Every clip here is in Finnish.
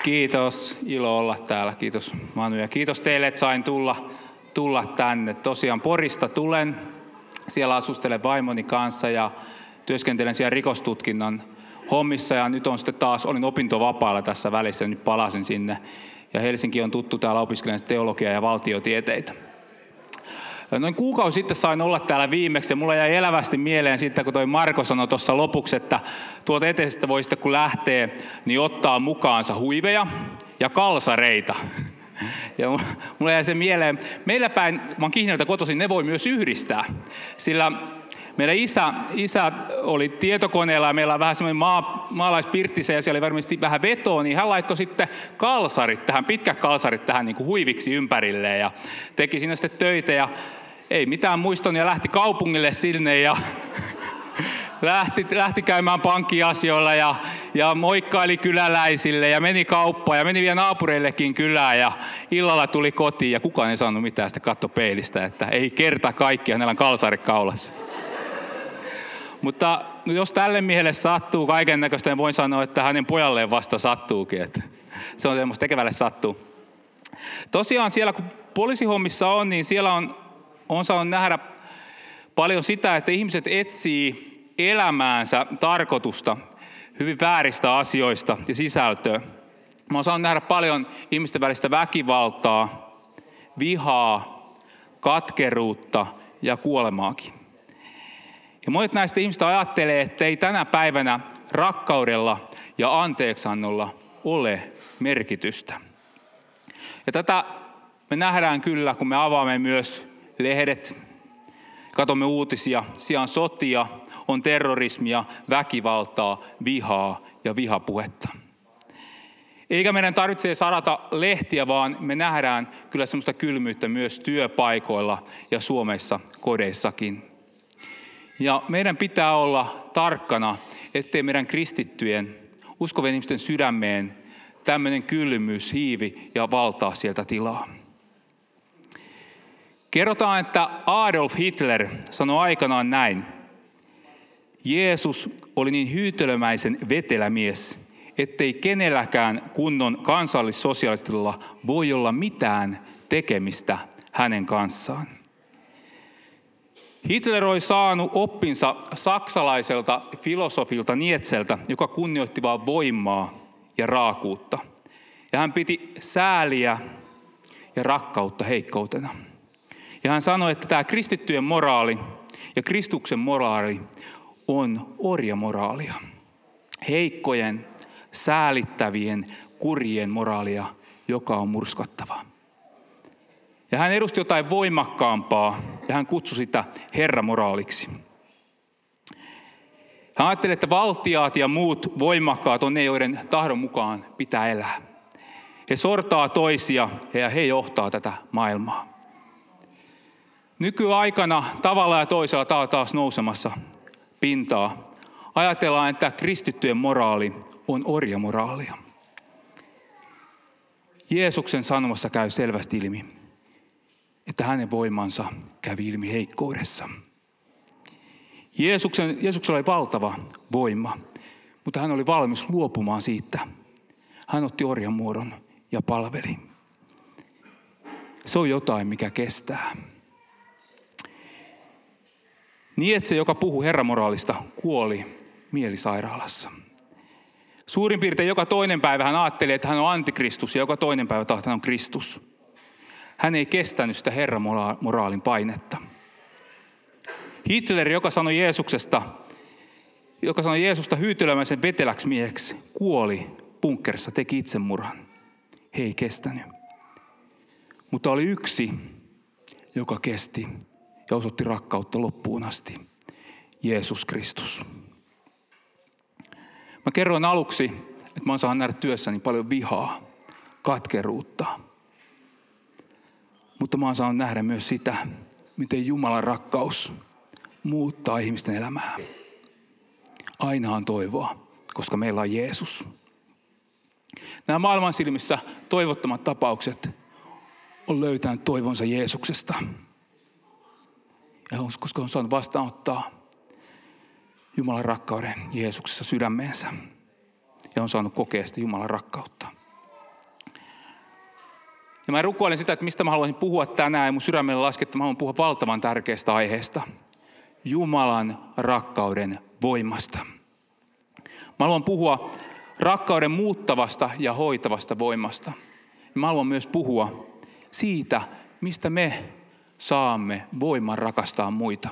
Kiitos, ilo olla täällä. Kiitos Manu ja kiitos teille, että sain tulla tänne. Tosiaan Porista tulen, siellä asustelen vaimoni kanssa ja työskentelen siellä rikostutkinnan hommissa ja nyt on sitten taas, olin opintovapaalla tässä välissä ja nyt palasin sinne. Ja Helsinki on tuttu, täällä opiskelen teologiaa ja valtiotieteitä. Noin kuukausi sitten sain olla täällä viimeksi ja mulla jäi elävästi mieleen siitä, kun toi Marko sanoi tuossa lopuksi, että tuolta eteisestä voi sitten kun lähtee, niin ottaa mukaansa huiveja ja kalsareita. Ja mulla jäi se mieleen, meillä päin, kun mä oon Kihniöltä kotoisin, ne voi myös yhdistää, sillä meidän isä oli tietokoneella ja meillä on vähän semmoinen maalaispirttisä ja siellä oli varmasti vähän vetoa, niin hän laittoi sitten pitkät kalsarit tähän niin kuin huiviksi ympärilleen ja teki siinä sitten töitä ja ei mitään muiston ja lähti kaupungille sinne ja lähti käymään pankkiasioilla ja moikkaili kyläläisille ja meni kauppaan ja meni vielä naapureillekin kylään ja illalla tuli kotiin ja kukaan ei saanut mitään, sitten katsoi peilistä, että ei kerta kaikki, hänellä on kalsarit kaulassa. Mutta jos tälle miehelle sattuu kaiken näköistä, niin voin sanoa, että hänen pojalleen vasta sattuukin. Että se on semmoista tekevälle sattuu. Tosiaan siellä kun poliisihommissa on, niin siellä on saanut nähdä paljon sitä, että ihmiset etsii elämäänsä tarkoitusta hyvin vääristä asioista ja sisältöä. Mä oon saanut nähdä paljon ihmisten välistä väkivaltaa, vihaa, katkeruutta ja kuolemaakin. Ja monet näistä ihmistä ajattelee, että ei tänä päivänä rakkaudella ja anteeksiannolla ole merkitystä. Ja tätä me nähdään kyllä, kun me avaamme myös lehdet, katsomme uutisia, siellä on sotia, on terrorismia, väkivaltaa, vihaa ja vihapuhetta. Eikä meidän tarvitse sarata lehtiä, vaan me nähdään kyllä semmoista kylmyyttä myös työpaikoilla ja Suomessa kodeissakin. Ja meidän pitää olla tarkkana, ettei meidän kristittyjen, uskovien ihmisten sydämeen tämmöinen kylmyys hiivi ja valtaa sieltä tilaa. Kerrotaan, että Adolf Hitler sanoi aikanaan näin. Jeesus oli niin hyytelömäisen vetelä mies, ettei kenelläkään kunnon kansallissosialistilla voi olla mitään tekemistä hänen kanssaan. Hitler oli saanut oppinsa saksalaiselta filosofilta Nietzscheltä, joka kunnioitti vain voimaa ja raakuutta. Ja hän piti sääliä ja rakkautta heikkoutena. Ja hän sanoi, että tämä kristittyjen moraali ja Kristuksen moraali on orjamoraalia. Heikkojen, säälittävien, kurjien moraalia, joka on murskattava. Ja hän edusti jotain voimakkaampaa ja hän kutsui sitä herramoraaliksi. Hän ajatteli, että valtiaat ja muut voimakkaat on ne, joiden tahdon mukaan pitää elää. He sortaa toisia ja he johtaa tätä maailmaa. Nykyaikana tavalla ja toisella tää on taas nousemassa pintaa. Ajatellaan, että kristittyjen moraali on orjamoraalia. Jeesuksen sanomassa käy selvästi ilmi, että hänen voimansa kävi ilmi heikkoudessa. Jeesuksella oli valtava voima, mutta hän oli valmis luopumaan siitä. Hän otti orjan muodon ja palveli. Se on jotain, mikä kestää. Nietzsche, joka puhui herramoraalista, kuoli mielisairaalassa. Suurin piirtein joka toinen päivä hän ajatteli, että hän on antikristus ja joka toinen päivä taas hän on Kristus. Hän ei kestänyt sitä herramoraalin painetta. Hitler, joka sanoi Jeesusta hyytelömäisen veteläksi mieheksi, kuoli bunkkerissa, teki itsemurhan. He ei kestänyt. Mutta oli yksi, joka kesti ja osoitti rakkautta loppuun asti. Jeesus Kristus. Mä kerron aluksi, että mä saan nähdä työssäni paljon vihaa, katkeruutta. Mutta mä oon saanut nähdä myös sitä, miten Jumalan rakkaus muuttaa ihmisten elämää. Aina on toivoa, koska meillä on Jeesus. Nämä maailman silmissä toivottomat tapaukset on löytänyt toivonsa Jeesuksesta. Ja koska on saanut vastaanottaa Jumalan rakkauden Jeesuksessa sydämeensä. Ja on saanut kokea sitä Jumalan rakkautta. Ja mä rukoilen sitä, että mistä mä haluaisin puhua tänään, ja mun sydämelle laski, että mä haluan puhua valtavan tärkeästä aiheesta. Jumalan rakkauden voimasta. Mä haluan puhua rakkauden muuttavasta ja hoitavasta voimasta. Ja mä haluan myös puhua siitä, mistä me saamme voiman rakastaa muita.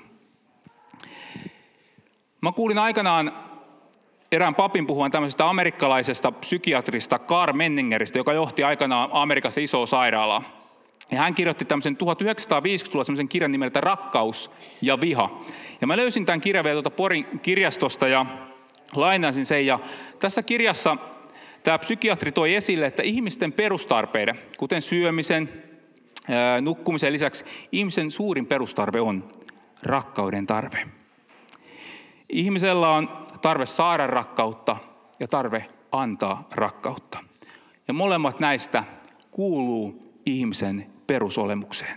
Mä kuulin aikanaan erään papin puhuvan tämmöisestä amerikkalaisesta psykiatrista Karl Menningeristä, joka johti aikanaan Amerikassa isoa sairaalaa. Ja hän kirjoitti tämmöisen 1950-luvulla semmoisen kirjan nimeltä Rakkaus ja viha. Ja mä löysin tämän kirjan vielä Porin kirjastosta ja lainasin sen. Ja tässä kirjassa tämä psykiatri toi esille, että ihmisten perustarpeiden, kuten syömisen, nukkumisen lisäksi, ihmisen suurin perustarve on rakkauden tarve. Ihmisellä on tarve saada rakkautta ja tarve antaa rakkautta. Ja molemmat näistä kuuluu ihmisen perusolemukseen.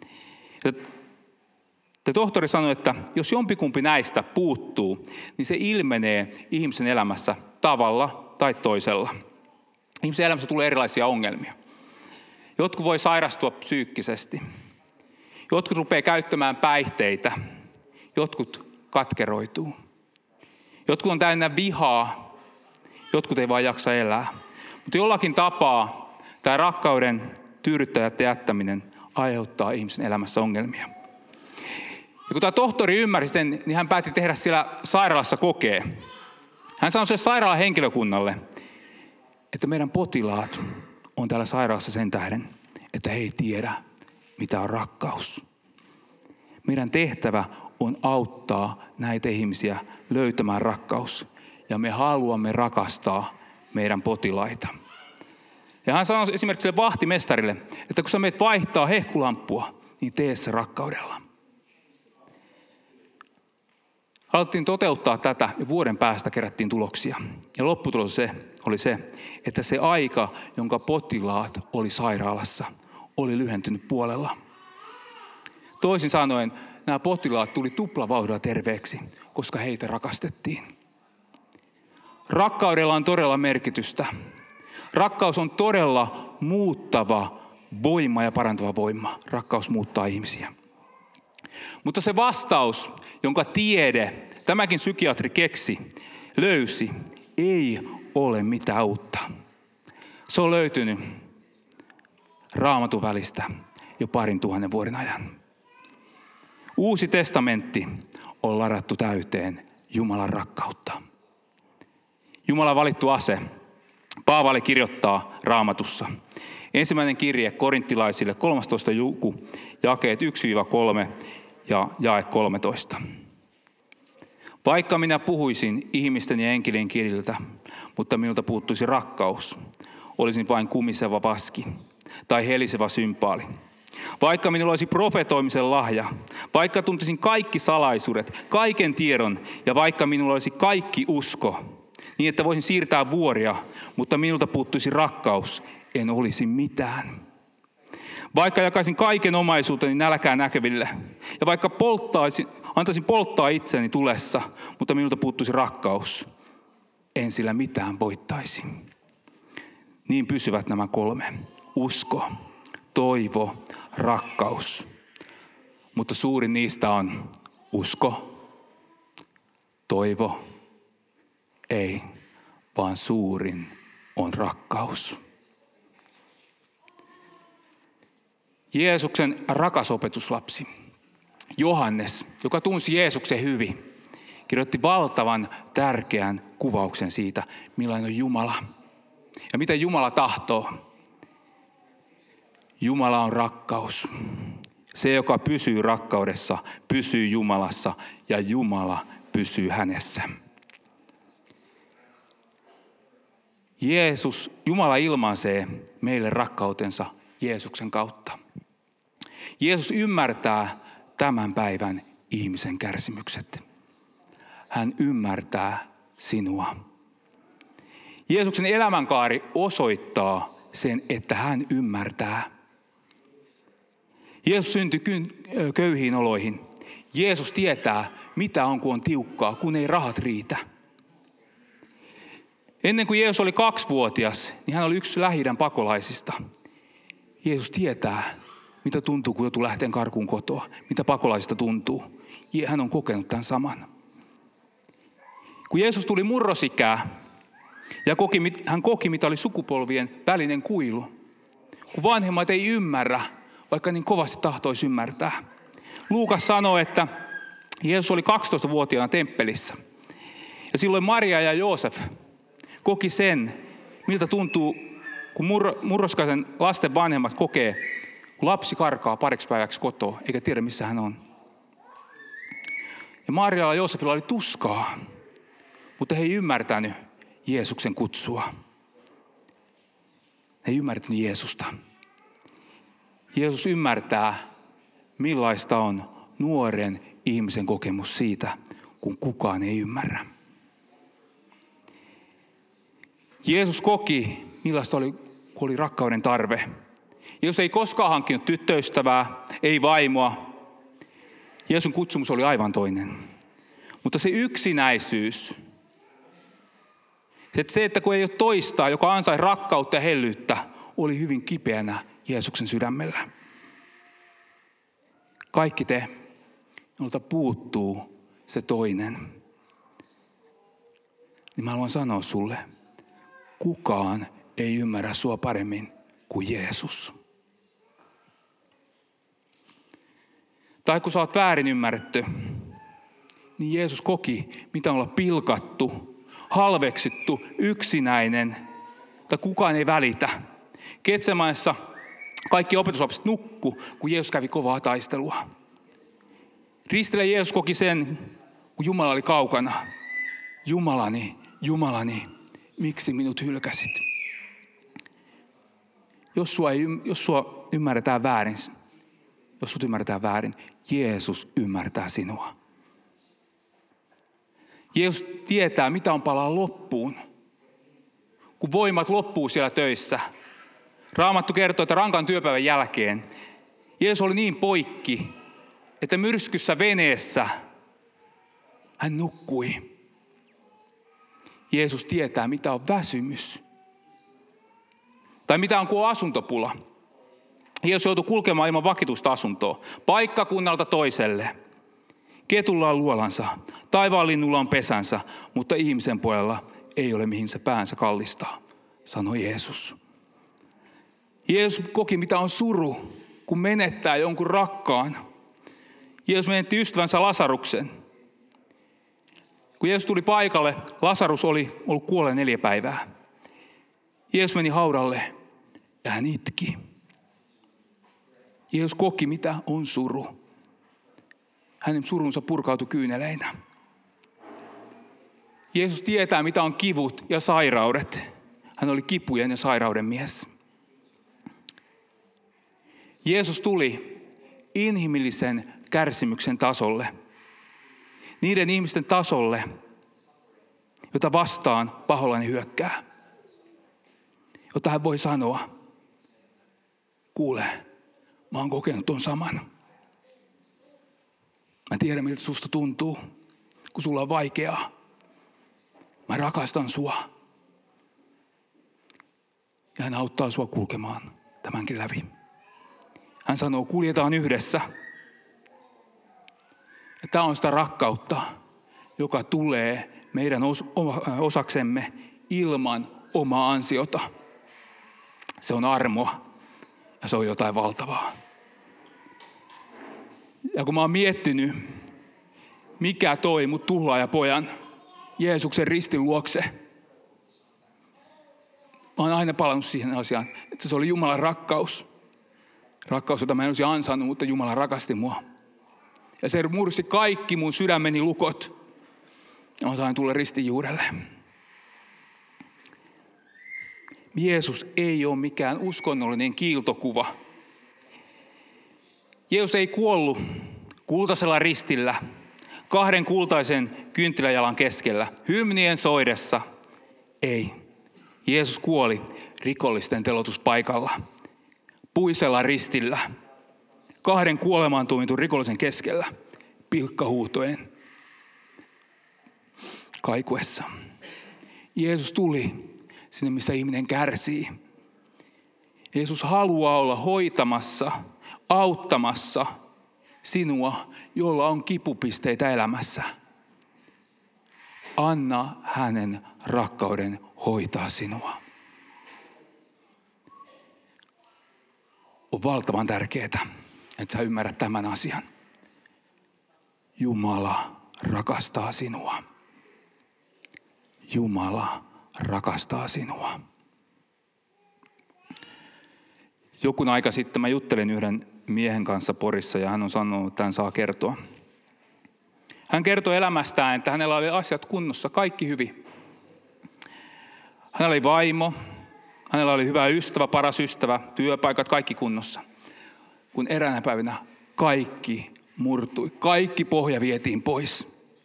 Ja tohtori sanoi, että jos jompikumpi näistä puuttuu, niin se ilmenee ihmisen elämässä tavalla tai toisella. Ihmisen elämässä tulee erilaisia ongelmia. Jotkut voi sairastua psyykkisesti. Jotkut rupeaa käyttämään päihteitä. Jotkut katkeroituu. Jotkut on täynnä vihaa. Jotkut ei vaan jaksa elää. Mutta jollakin tapaa tämä rakkauden tyydyttäjättä jättäminen aiheuttaa ihmisen elämässä ongelmia. Ja kun tämä tohtori ymmärsi sen, niin hän päätti tehdä siellä sairaalassa kokeen. Hän sanoi sille sairaalan henkilökunnalle, että meidän potilaat on täällä sairaalassa sen tähden, että he ei tiedä, mitä on rakkaus. Meidän tehtävä on auttaa näitä ihmisiä löytämään rakkaus. Ja me haluamme rakastaa meidän potilaita. Ja hän sanoi esimerkiksi sille vahtimestarille, että kun sä menet vaihtaa hehkulamppua, niin tee se rakkaudella. Haluttiin toteuttaa tätä ja vuoden päästä kerättiin tuloksia. Ja lopputulos oli se, että se aika, jonka potilaat oli sairaalassa, oli lyhentynyt puolella. Toisin sanoen, nämä potilaat tuli tuplavauhdilla terveeksi, koska heitä rakastettiin. Rakkaudella on todella merkitystä. Rakkaus on todella muuttava voima ja parantava voima. Rakkaus muuttaa ihmisiä. Mutta se vastaus, jonka tiede, tämäkin psykiatri löysi, ei ole mitään uutta. Se on löytynyt Raamatun välistä jo 2000 vuoden ajan. Uusi testamentti on ladattu täyteen Jumalan rakkautta. Jumalan valittu ase. Paavali kirjoittaa Raamatussa. Ensimmäinen kirje korinttilaisille, 13. luku, jakeet 1-3 ja jae 13. Vaikka minä puhuisin ihmisten ja enkelien kieliltä, mutta minulta puuttuisi rakkaus, olisin vain kumiseva vaski tai helisevä sympaali. Vaikka minulla olisi profetoimisen lahja, vaikka tuntisin kaikki salaisuudet, kaiken tiedon ja vaikka minulla olisi kaikki usko, niin että voisin siirtää vuoria, mutta minulta puuttuisi rakkaus, en olisi mitään. Vaikka jakaisin kaiken omaisuuteni nälkään näkeville ja vaikka antaisin polttaa itseni tulessa, mutta minulta puuttuisi rakkaus, en sillä mitään voittaisi. Niin pysyvät nämä kolme. Usko, toivo, rakkaus. Mutta suurin niistä on usko, toivo, ei, vaan suurin on rakkaus. Jeesuksen rakas opetuslapsi, Johannes, joka tunsi Jeesuksen hyvin, kirjoitti valtavan tärkeän kuvauksen siitä, millainen on Jumala ja mitä Jumala tahtoo. Jumala on rakkaus. Se, joka pysyy rakkaudessa, pysyy Jumalassa ja Jumala pysyy hänessä. Jumala ilmaisee meille rakkautensa Jeesuksen kautta. Jeesus ymmärtää tämän päivän ihmisen kärsimykset. Hän ymmärtää sinua. Jeesuksen elämänkaari osoittaa sen, että hän ymmärtää. Jeesus syntyi köyhiin oloihin. Jeesus tietää, mitä on, kun on tiukkaa, kun ei rahat riitä. Ennen kuin Jeesus oli 2-vuotias, niin hän oli yksi Lähi-idän pakolaisista. Jeesus tietää, mitä tuntuu, kun joutuu lähteen karkuun kotoa. Mitä pakolaisista tuntuu. Hän on kokenut tämän saman. Kun Jeesus tuli murrosikää ja hän koki, mitä oli sukupolvien välinen kuilu. Kun vanhemmat ei ymmärrä, vaikka niin kovasti tahtoisi ymmärtää. Luukas sanoo, että Jeesus oli 12-vuotiaana temppelissä. Ja silloin Maria ja Joosef koki sen, miltä tuntuu, kun murroskaisen lasten vanhemmat kokee, kun lapsi karkaa pariksi päiväksi kotoa, eikä tiedä missä hän on. Ja Marialla ja Joosefilla oli tuskaa, mutta he ei ymmärtänyt Jeesuksen kutsua. He ei ymmärtänyt Jeesusta. Jeesus ymmärtää, millaista on nuoren ihmisen kokemus siitä, kun kukaan ei ymmärrä. Jeesus koki, millaista oli, kun oli rakkauden tarve. Jeesus ei koskaan hankkinut tyttöystävää, ei vaimoa. Jeesuksen kutsumus oli aivan toinen. Mutta se yksinäisyys, se, että kun ei ole toista, joka ansaisi rakkautta ja hellyyttä, oli hyvin kipeänä Jeesuksen sydämellä. Kaikki te, jolta puuttuu se toinen, niin mä haluan sanoa sulle, kukaan ei ymmärrä sua paremmin kuin Jeesus. Tai kun sä oot väärin ymmärretty, niin Jeesus koki, mitä olla pilkattu, halveksittu, yksinäinen, tai kukaan ei välitä. Getsemanessa kaikki opetuslapset nukku, kun Jeesus kävi kovaa taistelua. Ristillä Jeesus koki sen, kun Jumala oli kaukana. Jumalani, Jumalani, miksi minut hylkäsit? Jos sua ymmärretään väärin, jos sut ymmärretään väärin, Jeesus ymmärtää sinua. Jeesus tietää, mitä on palaa loppuun, kun voimat loppuu siellä töissä. Raamattu kertoo, että rankan työpäivän jälkeen Jeesus oli niin poikki, että myrskyssä veneessä hän nukkui. Jeesus tietää, mitä on väsymys. Tai mitä on, kun on asuntopula. Jeesus joutui kulkemaan ilman vakituista asuntoa, paikkakunnalta toiselle. Ketulla on luolansa, taivaanlinnulla on pesänsä, mutta ihmisen pojalla ei ole mihin se päänsä kallistaa, sanoi Jeesus. Jeesus koki, mitä on suru, kun menettää jonkun rakkaan. Jeesus menetti ystävänsä Lasaruksen. Kun Jeesus tuli paikalle, Lasarus oli ollut kuolleen 4 päivää. Jeesus meni haudalle ja hän itki. Jeesus koki, mitä on suru. Hänen surunsa purkautui kyyneleinä. Jeesus tietää, mitä on kivut ja sairaudet. Hän oli kipujen ja sairauden mies. Jeesus tuli inhimillisen kärsimyksen tasolle. Niiden ihmisten tasolle, jota vastaan paholainen hyökkää. Jota hän voi sanoa, kuule, mä oon kokenut ton saman. Mä tiedän, miltä susta tuntuu, kun sulla on vaikeaa. Mä rakastan sua. Ja hän auttaa sua kulkemaan tämänkin läpi. Hän sanoo, kuljetaan yhdessä. Ja tämä on sitä rakkautta, joka tulee meidän osaksemme ilman omaa ansiota. Se on armoa ja se on jotain valtavaa. Ja kun mä oon miettinyt, mikä toi mut tuhlaajapojan Jeesuksen ristin luokse, mä oon aina palannut siihen asiaan, että se oli Jumalan rakkaus. Rakkaus, jota mä en olisi ansainnut, mutta Jumala rakasti mua. Ja se mursi kaikki mun sydämeni lukot. Ja mä sain tulla ristin juurelle. Jeesus ei ole mikään uskonnollinen kiiltokuva. Jeesus ei kuollut kultaisella ristillä, 2 kultaisen kynttiläjalan keskellä, hymnien soidessa. Ei. Jeesus kuoli rikollisten teloituspaikalla, puisella ristillä, 2 kuolemaan tuomitun rikollisen keskellä, pilkkahuutojen kaikuessa. Jeesus tuli sinne, missä ihminen kärsii. Jeesus haluaa olla hoitamassa, auttamassa sinua, jolla on kipupisteitä elämässä. Anna hänen rakkauden hoitaa sinua. On valtavan tärkeää, että sä ymmärrät tämän asian. Jumala rakastaa sinua. Jumala rakastaa sinua. Jokun aika sitten mä juttelin yhden miehen kanssa Porissa ja hän on sanonut, että hän saa kertoa. Hän kertoi elämästään, että hänellä oli asiat kunnossa, kaikki hyvin. Hänellä oli vaimo, hänellä oli hyvä ystävä, paras ystävä, työpaikat, kaikki kunnossa. Kun eräänä päivänä kaikki murtui, kaikki pohja vietiin pois.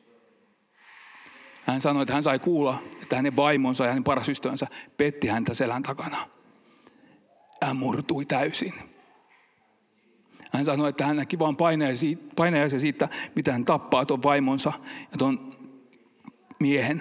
Hän sanoi, että hän sai kuulla, että hänen vaimonsa ja hänen paras ystävänsä petti häntä selän takana. Hän murtui täysin. Hän sanoi, että hän näki vaan painajaisia siitä, mitä hän tappaa tuon vaimonsa ja tuon miehen.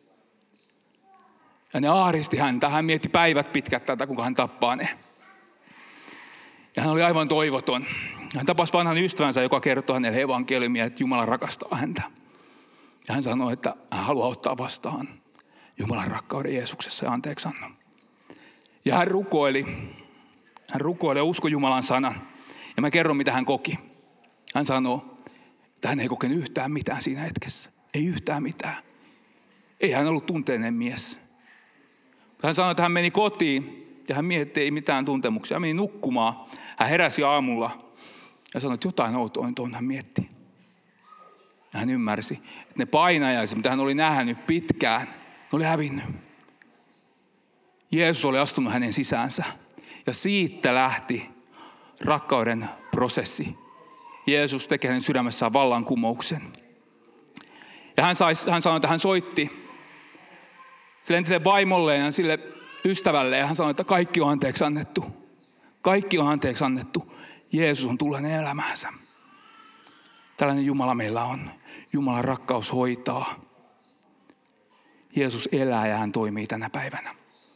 Ja ne ahdisti häntä. Hän mietti päivät pitkät tätä, kuinka hän tappaa ne. Ja hän oli aivan toivoton. Hän tapasi vanhan ystävänsä, joka kertoi hänelle evankeliumia, että Jumala rakastaa häntä. Ja hän sanoi, että hän haluaa ottaa vastaan Jumalan rakkauden Jeesuksessa ja anteeksiannon. Ja hän rukoili ja uskoi Jumalan sanan. Ja mä kerron, mitä hän koki. Hän sanoi, että hän ei kokenut yhtään mitään siinä hetkessä. Ei yhtään mitään. Ei hän ollut tunteinen mies. Hän sanoi, että hän meni kotiin ja hän mietti, ei mitään tuntemuksia. Hän meni nukkumaan. Hän heräsi aamulla ja sanoi, että jotain outoa nyt on, hän mietti. Ja hän ymmärsi, että ne painajaiset, mitä hän oli nähnyt pitkään, ne oli hävinnyt. Jeesus oli astunut hänen sisäänsä. Ja siitä lähti rakkauden prosessi. Jeesus teki hänen sydämessään vallankumouksen. Ja hän sanoi, että hän soitti sille entiselle vaimolleen ja sille ystävälle. Ja hän sanoi, että kaikki on anteeksi annettu. Kaikki on anteeksi annettu. Jeesus on tullut hänen elämäänsä. Tällainen Jumala meillä on. Jumalan rakkaus hoitaa. Jeesus elää ja hän toimii tänä päivänä.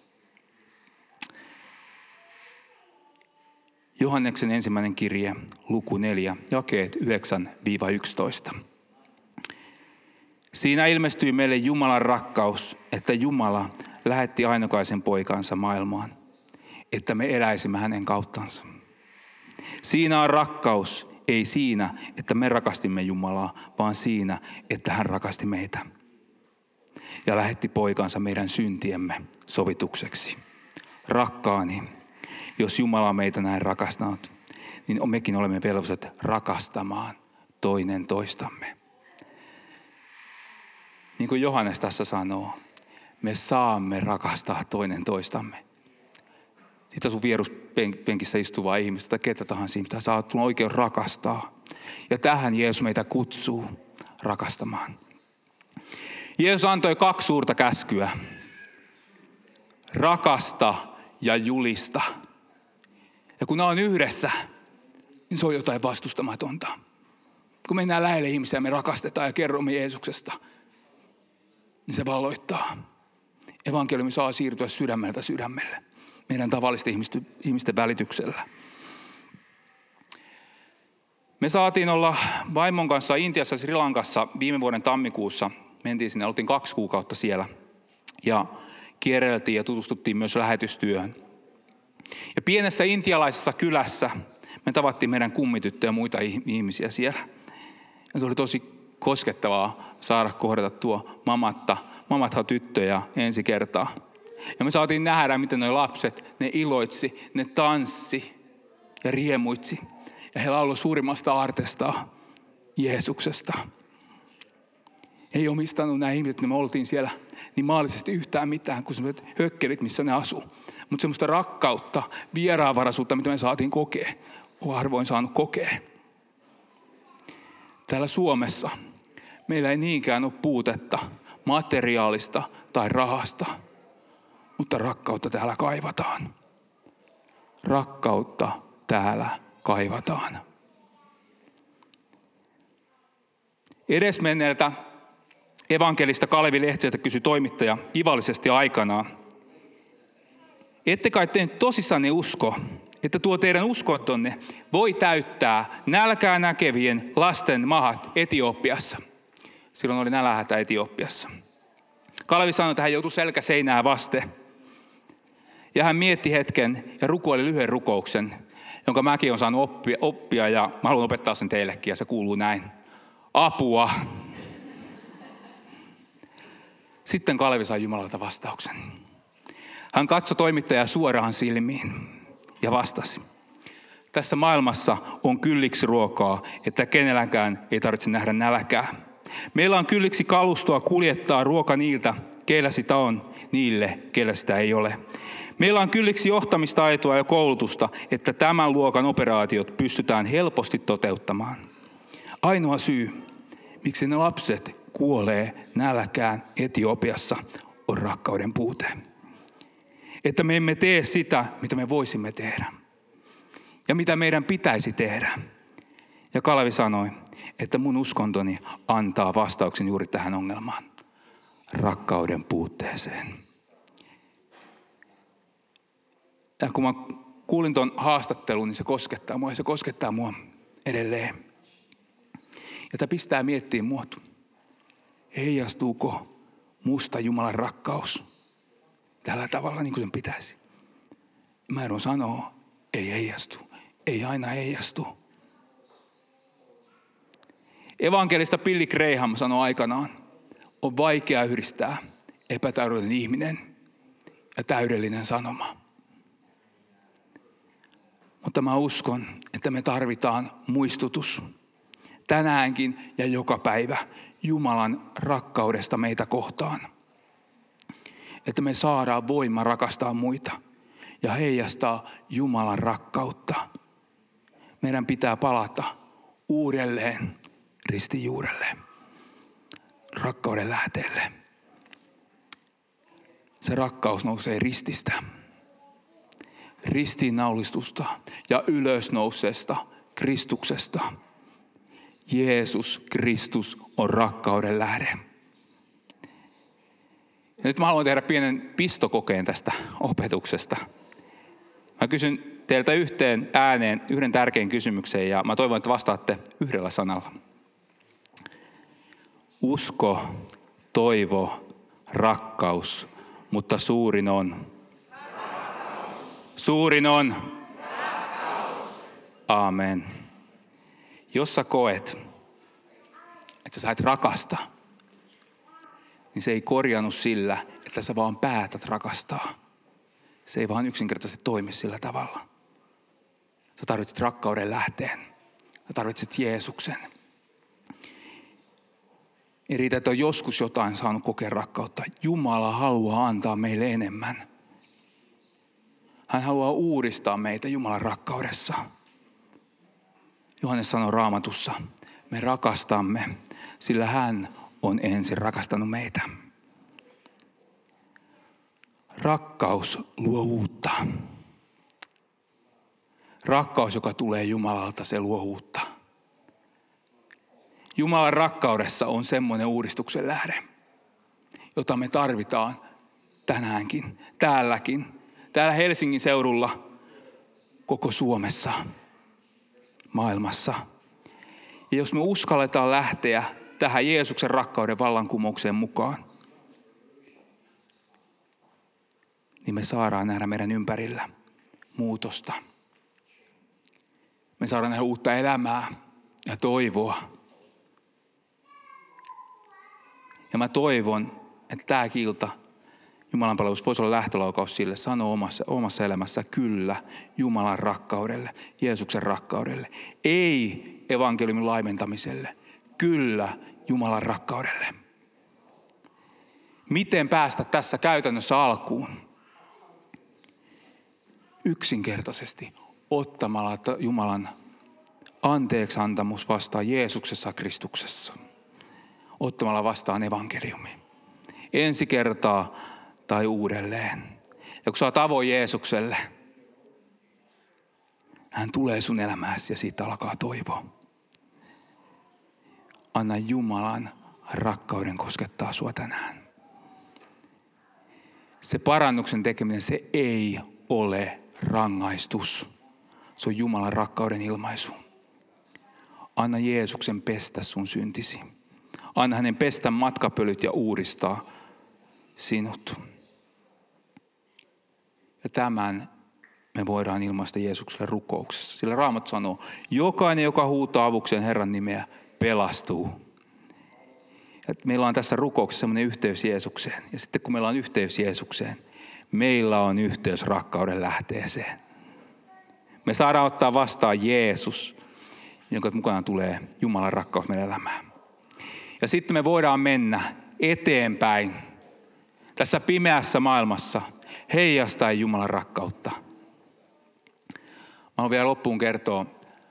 Johanneksen ensimmäinen kirje, luku 4, jakeet 9-11. Siinä ilmestyi meille Jumalan rakkaus, että Jumala lähetti ainokaisen poikansa maailmaan, että me eläisimme hänen kauttansa. Siinä on rakkaus, ei siinä, että me rakastimme Jumalaa, vaan siinä, että hän rakasti meitä. Ja lähetti poikansa meidän syntiemme sovitukseksi. Rakkaani, jos Jumala on meitä näin rakastanut, niin mekin olemme velvolliset rakastamaan toinen toistamme. Niin kuin Johannes tässä sanoo, me saamme rakastaa toinen toistamme. Sitä sun vieruspenkissä istuvaa ihmistä tai ketä tahansa, mitä sä oot oikeus rakastaa. Ja tähän Jeesus meitä kutsuu rakastamaan. Jeesus antoi 2 suurta käskyä. Rakasta ja julista. Ja kun ne on yhdessä, niin se on jotain vastustamatonta. Kun mennään lähelle ihmisiä ja me rakastetaan ja kerromme Jeesuksesta, niin se valloittaa. Evankeliumi saa siirtyä sydämeltä sydämelle. Meidän tavallisten ihmisten välityksellä. Me saatiin olla vaimon kanssa Intiassa Sri Lankassa viime vuoden tammikuussa. Mentiin sinne, oltiin 2 kuukautta siellä. Ja kierreltiin ja tutustuttiin myös lähetystyöhön. Ja pienessä intialaisessa kylässä me tavattiin meidän kummityttöjä ja muita ihmisiä siellä. Ja se oli tosi koskettavaa saada kohdata tuo mamatha tyttöjä ensi kertaa. Ja me saatiin nähdä, miten nuo lapset, ne iloitsi, ne tanssi ja riemuitsi. Ja he lauloi suurimmasta aarteesta Jeesuksesta. Ei omistanut nämä ihmiset, että me oltiin siellä niin maallisesti yhtään mitään kuin sellaiset hökkelit, missä ne asuu. Mutta semmoista rakkautta, vieraanvaraisuutta, mitä me saatiin kokea, on harvoin saanut kokea. Täällä Suomessa meillä ei niinkään ole puutetta materiaalista tai rahasta, mutta rakkautta täällä kaivataan. Rakkautta täällä kaivataan. Edesmenneeltä evankelista Kalevi Lehtiseltä kysyi toimittaja ivallisesti aikanaan, ette kai te tosissanne usko, että tuo teidän uskontonne voi täyttää nälkää näkevien lasten mahat Etiopiassa. Silloin oli nälänhätä Etiopiassa. Kalevi sanoi, että hän joutui selkä seinää vasten. Ja hän mietti hetken ja rukoili lyhyen rukouksen, jonka mäkin olen saanut oppia ja mä haluan opettaa sen teillekin ja se kuuluu näin. Apua. Sitten Kalevi sai Jumalalta vastauksen. Hän katsoi toimittajaa suoraan silmiin ja vastasi. Tässä maailmassa on kylliksi ruokaa, että kenelläkään ei tarvitse nähdä nälkää. Meillä on kylliksi kalustoa kuljettaa ruoka niiltä, keillä sitä on, niille, keillä sitä ei ole. Meillä on kylliksi johtamistaitoa ja koulutusta, että tämän luokan operaatiot pystytään helposti toteuttamaan. Ainoa syy, miksi ne lapset kuolee nälkään Etiopiassa, on rakkauden puute. Että me emme tee sitä, mitä me voisimme tehdä. Ja mitä meidän pitäisi tehdä. Ja Kalevi sanoi, että mun uskontoni antaa vastauksen juuri tähän ongelmaan. Rakkauden puutteeseen. Ja kun mä kuulin ton haastattelun, niin se koskettaa mua ja se koskettaa mua edelleen. Ja tämä pistää miettimään mua. Heijastuuko musta Jumalan rakkaus tällä tavalla niin kuin sen pitäisi? Mä en sanoa, ei heijastu. Ei aina heijastu. Evankelista Billy Graham sanoi aikanaan, on vaikea yhdistää epätäydellinen ihminen ja täydellinen sanoma. Mutta mä uskon, että me tarvitaan muistutus tänäänkin ja joka päivä Jumalan rakkaudesta meitä kohtaan. Että me saadaan voima rakastaa muita ja heijastaa Jumalan rakkautta. Meidän pitää palata uudelleen ristin juurelle, rakkauden lähteelle. Se rakkaus nousee rististä, ristiinnaulistusta ja ylösnouseesta Kristuksesta. Jeesus Kristus on rakkauden lähde. Ja nyt mä haluan tehdä pienen pistokokeen tästä opetuksesta. Mä kysyn teiltä yhteen ääneen yhden tärkeän kysymyksen ja mä toivon, että vastaatte yhdellä sanalla. Usko, toivo, rakkaus, mutta suurin on. Suurin on. Aamen. Jos sä koet, että sä et rakasta, niin se ei korjannut sillä, että sä vaan päätät rakastaa. Se ei vaan yksinkertaisesti toimi sillä tavalla. Sä tarvitset rakkauden lähteen. Sä tarvitset Jeesuksen. Ei riitä, että on joskus jotain saanut kokea rakkautta. Jumala haluaa antaa meille enemmän. Hän haluaa uudistaa meitä Jumalan rakkaudessa. Johannes sanoi Raamatussa, me rakastamme, sillä hän on ensin rakastanut meitä. Rakkaus luo uutta. Rakkaus, joka tulee Jumalalta, se luo uutta. Jumalan rakkaudessa on semmoinen uudistuksen lähde, jota me tarvitaan tänäänkin, täällä Helsingin seudulla, koko Suomessa, maailmassa. Ja jos me uskalletaan lähteä tähän Jeesuksen rakkauden vallankumoukseen mukaan, niin me saadaan nähdä meidän ympärillä muutosta. Me saadaan nähdä uutta elämää ja toivoa. Ja mä toivon, että tämä ilta Jumalan palvelus voisi olla lähtölaukaus sille, sanoa omassa elämässä kyllä Jumalan rakkaudelle, Jeesuksen rakkaudelle. Ei evankeliumin laimentamiselle, kyllä Jumalan rakkaudelle. Miten päästä tässä käytännössä alkuun? Yksinkertaisesti ottamalla Jumalan anteeksiantamus vastaan Jeesuksessa Kristuksessa. Ottamalla vastaan evankeliumi. Ensi kertaa tai uudelleen. Ja kun sä oot avoin Jeesukselle, hän tulee sun elämääsi ja siitä alkaa toivo. Anna Jumalan rakkauden koskettaa sua tänään. se parannuksen tekeminen, se ei ole rangaistus. Se on Jumalan rakkauden ilmaisu. Anna Jeesuksen pestä sun syntisi. Anna hänen pestä matkapölyt ja uudistaa sinut. Ja tämän me voidaan ilmaista Jeesukselle rukouksessa. Sillä Raamattu sanoo, jokainen, joka huutaa avukseen Herran nimeä, pelastuu. Et meillä on tässä rukouksessa sellainen yhteys Jeesukseen. Ja sitten kun meillä on yhteys Jeesukseen, meillä on yhteys rakkauden lähteeseen. Me saadaan ottaa vastaan Jeesus, jonka mukana tulee Jumalan rakkaus meidän elämään. Ja sitten me voidaan mennä eteenpäin tässä pimeässä maailmassa heijastaen Jumalan rakkautta. Mä haluan vielä loppuun kertoa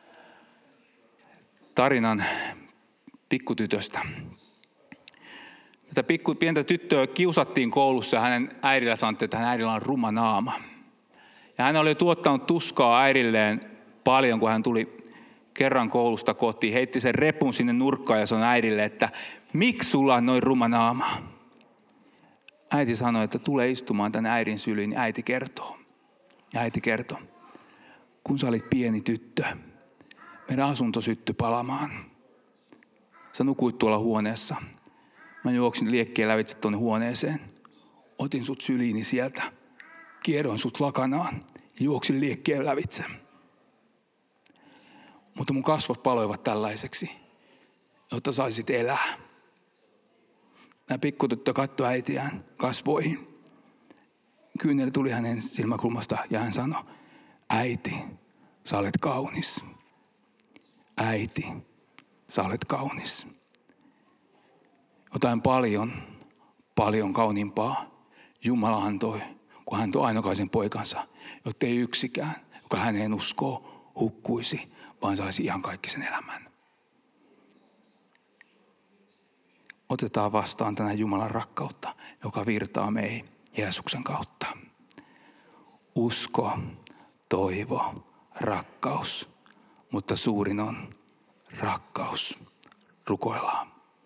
tarinan pikkutytöstä. Tätä pientä tyttöä kiusattiin koulussa ja hänen äidillä sanottiin, että hänen äidillä on ruma naama. Ja hän oli tuottanut tuskaa äidilleen paljon, kun hän tuli kerran koulusta kotiin. Heitti sen repun sinne nurkkaan ja sanoi äidille, että miksi sulla on noin ruma naama? Äiti sanoi, että tule istumaan tänne äidin syliin, niin äiti kertoo. Ja äiti kertoi, kun sä olit pieni tyttö, meidän asunto syttyi palamaan. Sä nukuit tuolla huoneessa. Mä juoksin liekkeen lävitse tuonne huoneeseen. Otin sut syliini sieltä. Kiedoin sut lakanaan ja juoksin liekkeen lävitse. Mutta mun kasvot paloivat tällaiseksi, jotta saisit elää. Nämä pikkutyttö katsoi äitiään kasvoihin. Kyynel tuli hänen silmäkulmasta ja hän sanoi, äiti, sä olet kaunis. Äiti, sä olet kaunis. Jotain paljon kauniimpaa Jumala antoi, kun hän antoi ainokaisen poikansa, jotta ei yksikään, joka häneen uskoo, hukkuisi, vaan saisi ihan kaikki sen elämän. Otetaan vastaan tänä Jumalan rakkautta, joka virtaa meihin Jeesuksen kautta. Usko, toivo, rakkaus, mutta suurin on rakkaus. Rukoillaan.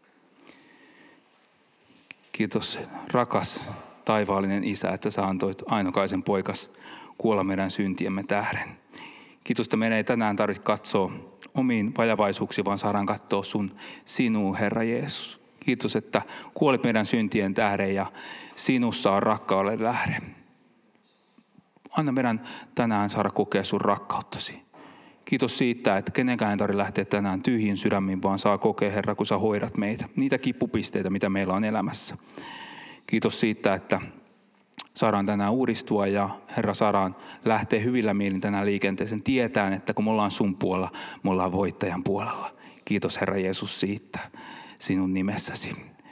Kiitos rakas taivaallinen Isä, että sä antoit ainokaisen poikas kuolla meidän syntiemme tähden. Kiitos, että meidän ei tänään tarvitse katsoa omiin vajavaisuuksiin, vaan saadaan katsoa sinua, Herra Jeesus. Kiitos, että kuolit meidän syntien tähden ja sinussa on rakkauden lähde. Anna meidän tänään saada kokea sun rakkauttasi. Kiitos siitä, että kenenkään ei tarvitse lähteä tänään tyhjin sydämin, vaan saa kokea, Herra, kun sä hoidat meitä. Niitä kipupisteitä, mitä meillä on elämässä. Kiitos siitä, että saadaan tänään uudistua ja Herra, saadaan lähteä hyvillä mielin tänään liikenteeseen tietäen, että kun me ollaan sun puolella, me ollaan voittajan puolella. Kiitos Herra Jeesus siitä sinun nimessäsi.